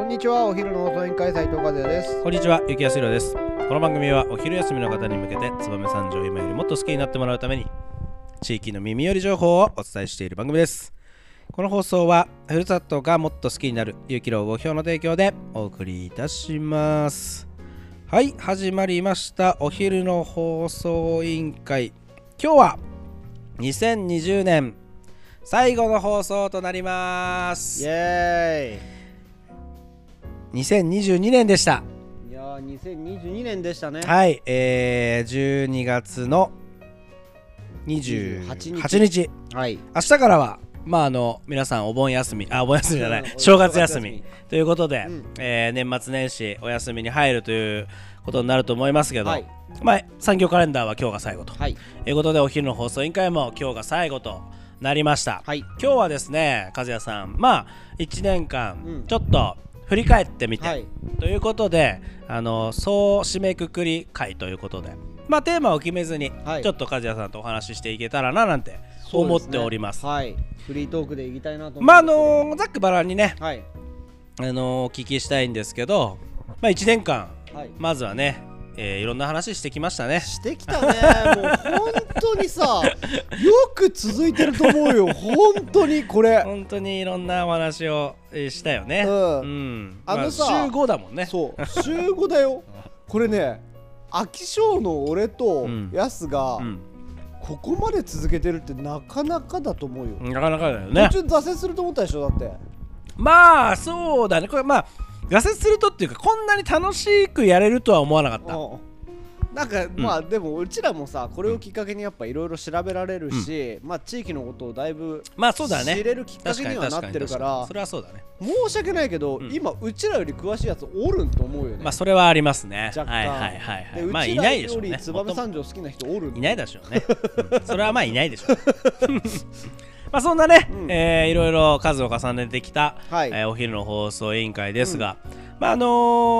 んにちは。お昼の放送委員会斉藤和也です。 こんにちは、ゆきやすひろです。この番組はお昼休みの方に向けて燕三条を今よりもっと好きになってもらうために地域の耳寄り情報をお伝えしている番組です。この放送はふるさとがもっと好きになるゆきろう5票の提供でお送りいたします。はい、始まりましたお昼の放送委員会。今日は2020年最後の放送となります。 イエーイ。 2022年でした。 いやー、2022年でしたね。 はい、12月の28日、 はい、 明日からは皆さんお盆休みじゃない正月休みということで、年末年始お休みに入るということになると思いますけど、産業カレンダーは今日が最後ということで、お昼の放送委員会も今日が最後となりました。今日はですね、和也さん、1年間ちょっと振り返ってみて、ということで総締めくくり会ということで、テーマを決めずに、ちょっと和也さんとお話ししていけたらななんて思っております。 フリートークでいきたいなと思います。 ざっくばらんにね、お聞きしたいんですけど、1年間、まずはね、いろんな話してきましたね。 してきたね。もう本当にさ、よく続いてると思うよ。本当にこれ。 本当にいろんなお話をしたよね。 週 5だもんね。 そう週5だよ。これね、飽き性の俺とヤスがここまで続けてるってなかなかだと思うよ。 なかなかだよね。 途中挫折すると思ったでしょ。だってそうだね。これ挫折するとっていうか、こんなに楽しくやれるとは思わなかった。 なんかでもうちらもさ、これをきっかけにやっぱいろいろ調べられるし、地域のことをだいぶ知れるきっかけにはなってるから、 それはそうだね。 申し訳ないけど、今うちらより詳しいやつおるんと思うよね。 それはありますね。 若干でうちらより燕三条好きな人おるんいないでしょうね。それはいないでしょう。そんなね、いろいろ数を重ねてきた、お昼の放送委員会ですが、今年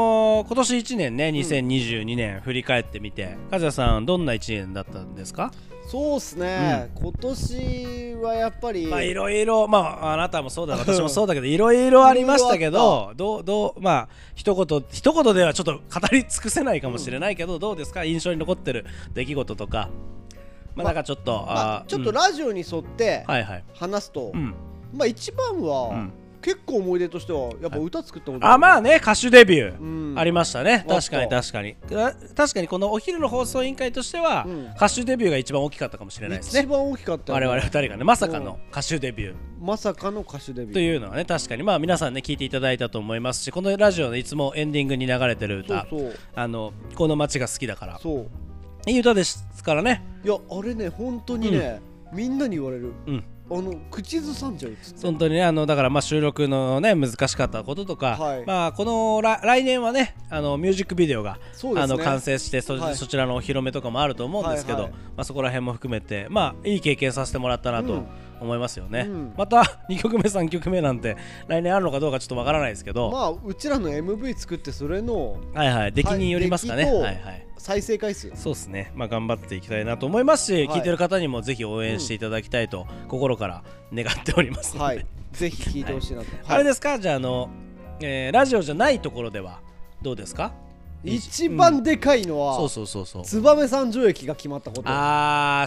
1年ね、2022年振り返ってみて、和也さんどんな1年だったんですか？ そうっすね、今年はやっぱりいろいろ、あなたもそうだ私もそうだけど、いろいろありましたけど、一言ではちょっと語り尽くせないかもしれないけど、どうですか、印象に残ってる出来事とか。なんかちょっとラジオに沿って話すと、一番は結構思い出としてはやっぱ歌作ったこと歌手デビューありましたね。確かにこのお昼の放送委員会としては歌手デビューが一番大きかったかもしれないですね。 一番大きかった我々2人がね、まさかの歌手デビューというのはね、確かに皆さんね聞いていただいたと思いますし、このラジオでいつもエンディングに流れてる歌、この街が好きだから、いい歌ですからね。 いや、あれね、本当にね、みんなに言われる。口ずさんじゃうっつって。 本当にね、だから収録のね難しかったこととか、この来年はね、ミュージックビデオが完成して、そちらのお披露目とかもあると思うんですけど、そこら辺も含めていい経験させてもらったなと思いますよね。また2曲目3曲目なんて来年あるのかどうかちょっとわからないですけど、 うちらの MV 作ってそれの出来によりますかね。 再生回数、 そうですね。頑張っていきたいなと思いますし、聞いてる方にもぜひ応援していただきたいと心から願っておりますので、 ぜひ聞いてほしいなと。 あれですか、じゃあラジオじゃないところではどうですか？ 一番でかいのは燕三条駅が決まったこと。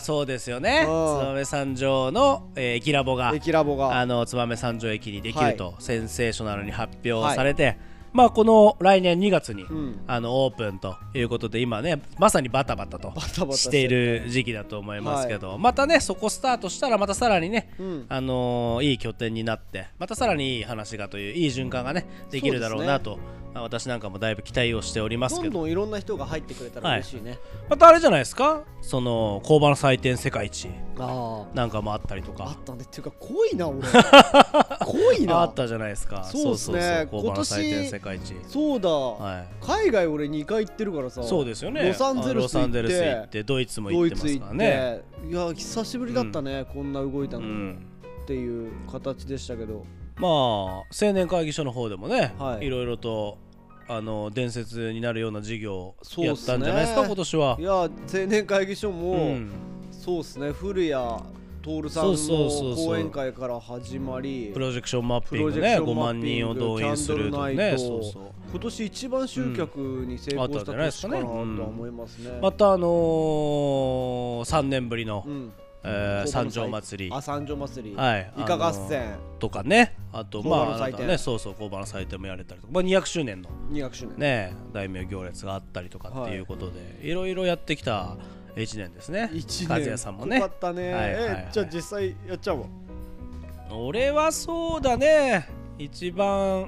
そうですよね。燕三条の駅ラボが燕三条駅にできるとセンセーショナルに発表されて、この来年2月に、オープンということで、今ねまさにバタバタとしている時期だと思いますけど、またねそこスタートしたらまたさらにね、いい拠点になって、またさらにいい話がといういい循環がねできるだろうなと、私なんかもだいぶ期待をしておりますけど、 どんどんいろんな人が入ってくれたら嬉しいね。 またあれじゃないですか、その工場の祭典世界一なんかもあったりとか。 あったね。っていうか濃いな俺。濃いな。 あったじゃないですか。 そうですね。 工場の祭典世界一。 そうだ。海外俺2回行ってるからさ。 そうですよね。 ロサンゼルス行ってドイツも行ってますからね。 いや久しぶりだったね、こんな動いたのっていう形でしたけど。 青年会議所の方でもね、いろいろと伝説になるような事業をやったんじゃないですか、今年は。 いや、青年会議所もそうですね、古谷徹さんの講演会から始まり、 プロジェクションマッピングね、5万人を動員するとね、 今年一番集客に成功した年かなとは思いますね。 また3年ぶりの三条祭り、 三条祭り、 はい、 イカ合戦とかね、あとまあね、そうそう工場の祭典もやれたりとか、まあ200周年のね大名行列があったりとかっていうことで、いろいろやってきた1年ですね。和也さんもね。 よかったね。じゃあ実際やっちゃおう。 俺はそうだね。一番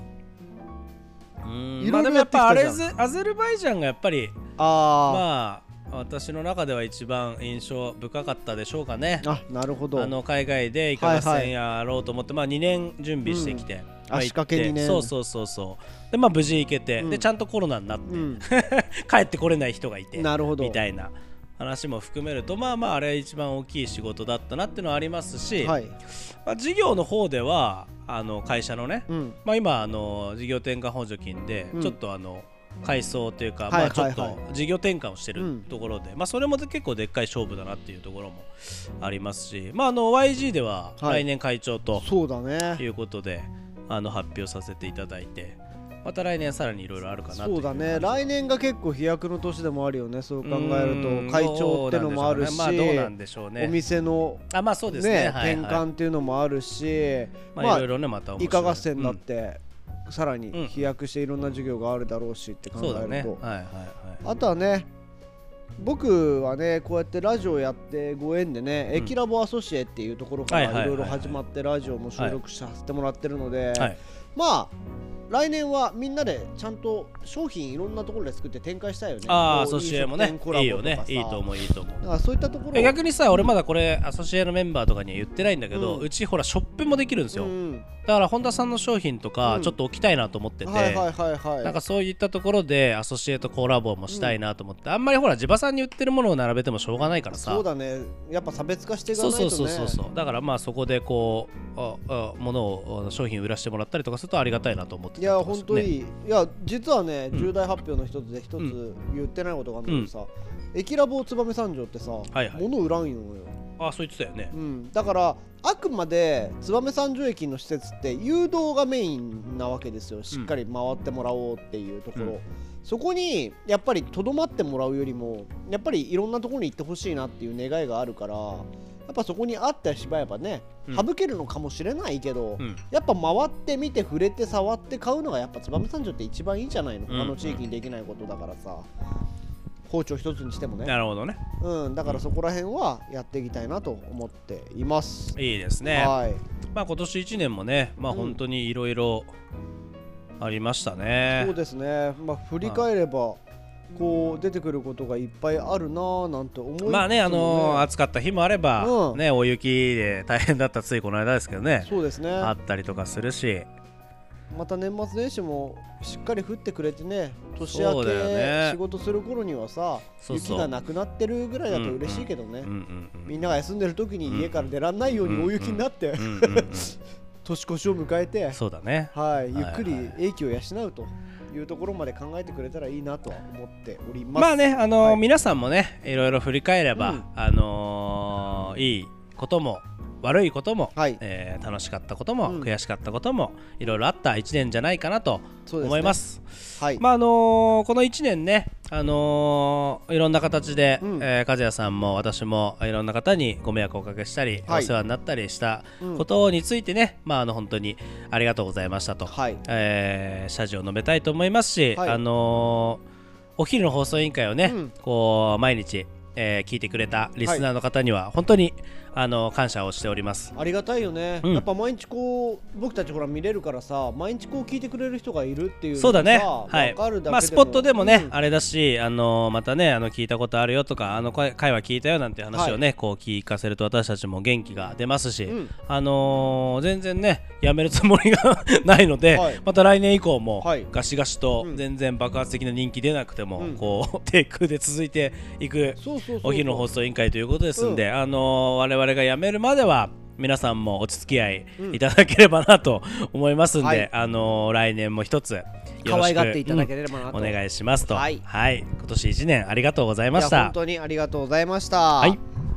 まあでもやっぱアゼルバイジャンがやっぱりまあ私の中では一番印象深かったでしょうかね。 なるほど。 海外でイカ合戦やろうと思って、まあ2年準備してきて、 足掛け2年、 そうでまあ無事行けて、でちゃんとコロナになって帰ってこれない人がいて、 なるほどみたいな話も含めると、まああれ一番大きい仕事だったなっていうのはありますし、まあ、事業の方では会社のね、まあ今事業転換補助金でちょっと改装というか、まあちょっと事業転換をしてるところで、まあそれも結構でっかい勝負だなっていうところもありますし、まあYG では来年会長ということで発表させていただいて、また来年さらにいろいろあるかなと。 そうだね、来年が結構飛躍の年でもあるよね。そう考えると会長ってのもあるし、 まあどうなんでしょうね、 お店のまあそうですね、 転換っていうのもあるし、 まあいろいろね、また面白いイカ合戦だってさらに飛躍していろんな授業があるだろうしって考えると、あとはね、僕はねこうやってラジオやってご縁でね、エキラボアソシエっていうところからいろいろ始まってラジオも収録させてもらってるので、まあ来年はみんなでちゃんと商品いろんなところで作って展開したいよね。 アソシエもね、いいよね、いいと思う、いいと思う。 だからそういったところ逆にさ、俺まだこれアソシエのメンバーとかには言ってないんだけど、うちほらショップもできるんですよ。だから本田さんの商品とかちょっと置きたいなと思ってて、なんかそういったところでアソシエとコラボもしたいなと思って、あんまりほら地場さんに売ってるものを並べてもしょうがないからさ。 そうだね、やっぱ差別化していかないとね。 そうだからまあそこでこう物を商品売らせてもらったりとかするとありがたいなと思って。 いや本当に、いや実はね、重大発表の一つで一つ言ってないことがあるんだけどさ、エキラボ燕三条ってさ、物売らんのよ。 そう言ってたよね。 だからあくまで燕三条駅の施設って誘導がメインなわけですよ。しっかり回ってもらおうっていうところ、そこにやっぱりとどまってもらうよりもやっぱりいろんなところに行ってほしいなっていう願いがあるから、やっぱそこにあってしまえばね、省けるのかもしれないけど、やっぱ回ってみて触れて触って買うのがやっぱ燕三条って一番いいんじゃないの。他の地域にできないことだからさ、包丁一つにしてもね。 なるほどね。 だからそこら辺はやっていきたいなと思っています。 いいですね。まあ今年1年もね、まあ本当にいろいろありましたね。 そうですね。まあ振り返ればこう出てくることがいっぱいあるなぁなんて思いますね。 まあね、暑かった日もあれば、ね、大雪で大変だったついこの間ですけどね。 そうですね。 あったりとかするし。 また年末年始もしっかり降ってくれてね、年明け仕事する頃にはさ、雪がなくなってるぐらいだと嬉しいけどね。みんなが休んでる時に家から出らんないように大雪になって年越しを迎えて、 そうだね、 ゆっくり英気を養うというところまで考えてくれたらいいなとは思っております。 まあね、皆さんもねいろいろ振り返れば、いいことも悪いことも、楽しかったことも、悔しかったこともいろいろあった1年じゃないかなと思います。まあこの1年ね、いろんな形で、和也さんも私もいろんな方にご迷惑をおかけしたり、お世話になったりしたことについてね、まあ本当にありがとうございましたと、謝辞を述べたいと思いますし、お昼の放送委員会をね、こう毎日聞いてくれたリスナーの方には本当に感謝をしております。 ありがたいよね、やっぱ毎日こう僕たちほら見れるからさ、毎日こう聞いてくれる人がいるっていうのがさ、 そうだね、 分かるだけでも、 まあスポットでもね、あれだし、またね聞いたことあるよとか会話聞いたよなんて話をね、こう聞かせると私たちも元気が出ますし、全然ねやめるつもりがないので、また来年以降もガシガシと全然爆発的な人気出なくても、こう低空で続いていくお昼の放送委員会ということですんで、我々が辞めるまでは皆さんもお付き合いいただければなと思いますんで、来年も一つよろしくお願いしますと、今年1年ありがとうございました。 本当にありがとうございました。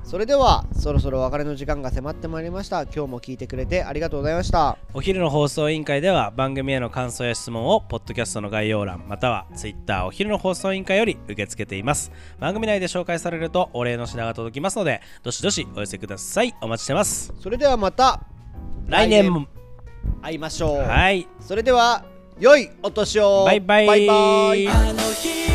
それではそろそろお別れの時間が迫ってまいりました。今日も聞いてくれてありがとうございました。 お昼の放送委員会では番組への感想や質問をポッドキャストの概要欄または Twitter お昼の放送委員会より受け付けています。番組内で紹介されるとお礼の品が届きますのでどしどしお寄せください。お待ちしてます。 それではまた来年も会いましょう。 はい、 それでは良いお年を。 バイバイ。 バイバイ。 あの日